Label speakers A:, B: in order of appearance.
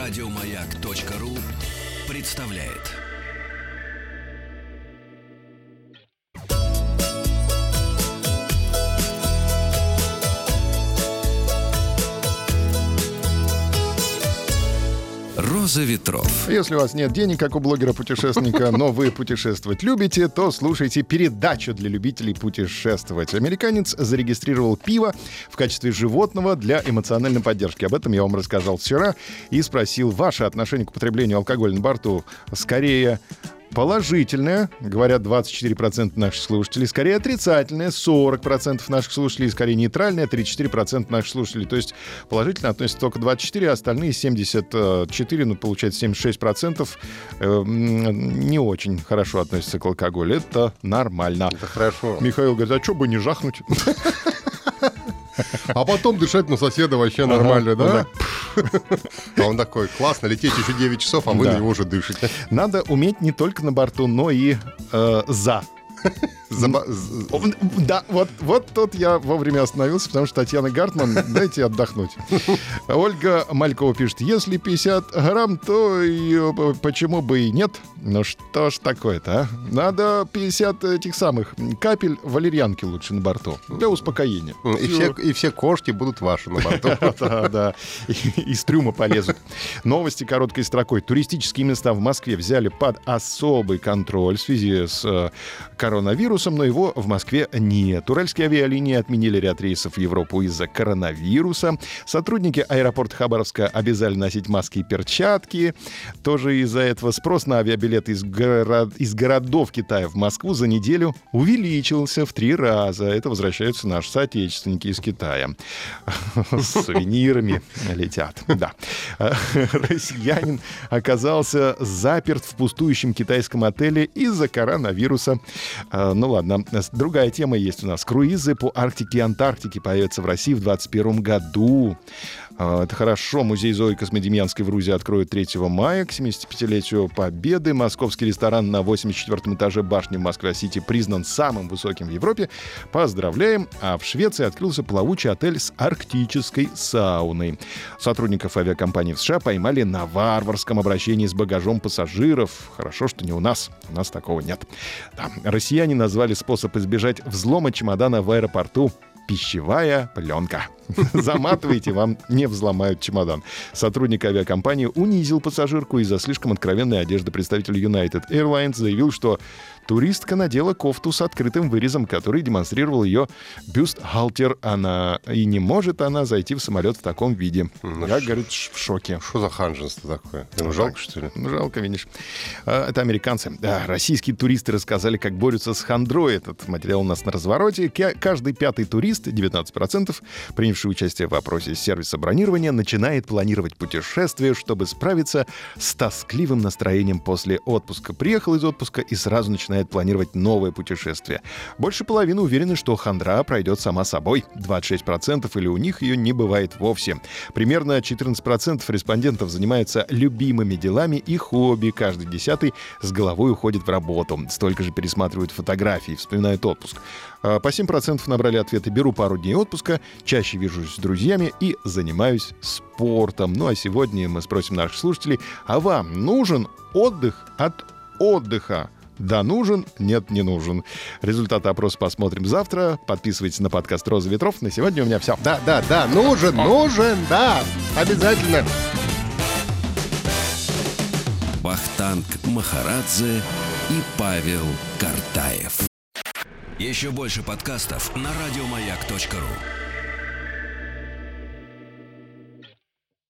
A: Радиомаяк.ру представляет. «Роза ветров».
B: Если у вас нет денег, как у блогера-путешественника, но вы путешествовать любите, то слушайте передачу для любителей путешествовать. Американец зарегистрировал пиво в качестве животного для эмоциональной поддержки. Об этом я вам рассказал вчера и спросил, ваше отношение к употреблению алкоголя на борту скорее положительное, говорят 24% наших слушателей, скорее отрицательное, 40% наших слушателей, скорее нейтральное, 34% наших слушателей. То есть положительно относятся только 24%, а остальные 74%, ну, получается 76%, не очень хорошо относятся к алкоголю. Это нормально.
C: Это хорошо.
B: Михаил говорит, а что бы не жахнуть?
C: А потом дышать на соседа вообще нормально, да? А он такой, классно, лететь еще 9 часов, а вы на него уже дышите.
B: Надо уметь не только на борту, но и за. Да, вот тут я вовремя остановился, потому что Татьяна Гартман, дайте отдохнуть. Ольга Малькова пишет, если 50 грамм, то и почему бы и нет? Ну что ж такое-то, а? Надо 50 этих самых капель валерьянки лучше на борту, для успокоения.
C: И все кошки будут ваши на борту.
B: Да, из трюма полезут. Новости короткой строкой. Туристические места в Москве взяли под особый контроль в связи с коронавирусом, но его в Москве нет. Уральские авиалинии отменили ряд рейсов в Европу из-за коронавируса. Сотрудники аэропорта Хабаровска обязали носить маски и перчатки. Тоже из-за этого спрос на авиабилеты из городов Китая в Москву за неделю увеличился в 3 раза. Это возвращаются наши соотечественники из Китая. С сувенирами летят. Да. Россиянин оказался заперт в пустующем китайском отеле из-за коронавируса. Ну ладно, другая тема есть у нас. Круизы по Арктике и Антарктике появятся в России в 2021 году. Это хорошо. Музей Зои Космодемьянской в Рузе откроют 3 мая к 75-летию Победы. Московский ресторан на 84-м этаже башни в Москва-Сити признан самым высоким в Европе. Поздравляем. А в Швеции открылся плавучий отель с арктической сауной. Сотрудников авиакомпании в США поймали на варварском обращении с багажом пассажиров. Хорошо, что не у нас. У нас такого нет. Да. Россияне назвали способ избежать взлома чемодана в аэропорту «пищевая пленка». Заматывайте, вам не взломают чемодан. Сотрудник авиакомпании унизил пассажирку из-за слишком откровенной одежды. Представитель United Airlines заявил, что туристка надела кофту с открытым вырезом, который демонстрировал ее бюстгальтер. И не может она зайти в самолет в таком виде. Я, говорит, в шоке.
C: Что за ханженство такое? Жалко, что ли?
B: Жалко, видишь. Это американцы. Да, российские туристы рассказали, как борются с хандрой. Этот материал у нас на развороте. Каждый 5-й турист, 19%, принявший участие в опросе сервиса бронирования, начинает планировать путешествие, чтобы справиться с тоскливым настроением после отпуска. Приехал из отпуска и сразу начинает планировать новое путешествие. Больше половины уверены, что хандра пройдет сама собой. 26% или у них ее не бывает вовсе. Примерно 14% респондентов занимаются любимыми делами и хобби. Каждый 10-й с головой уходит в работу. Столько же пересматривают фотографии, вспоминают отпуск. По 7% набрали ответы «беру пару дней отпуска», «чаще вижусь с друзьями» и «занимаюсь спортом». Ну а сегодня мы спросим наших слушателей, а вам нужен отдых от отдыха? Да, нужен? Нет, не нужен. Результаты опроса посмотрим завтра. Подписывайтесь на подкаст «Роза ветров». На сегодня у меня все.
C: Да, нужен, да, обязательно.
A: Вахтанг Махарадзе и Павел Картаев. Еще больше подкастов на радиомаяк.ру.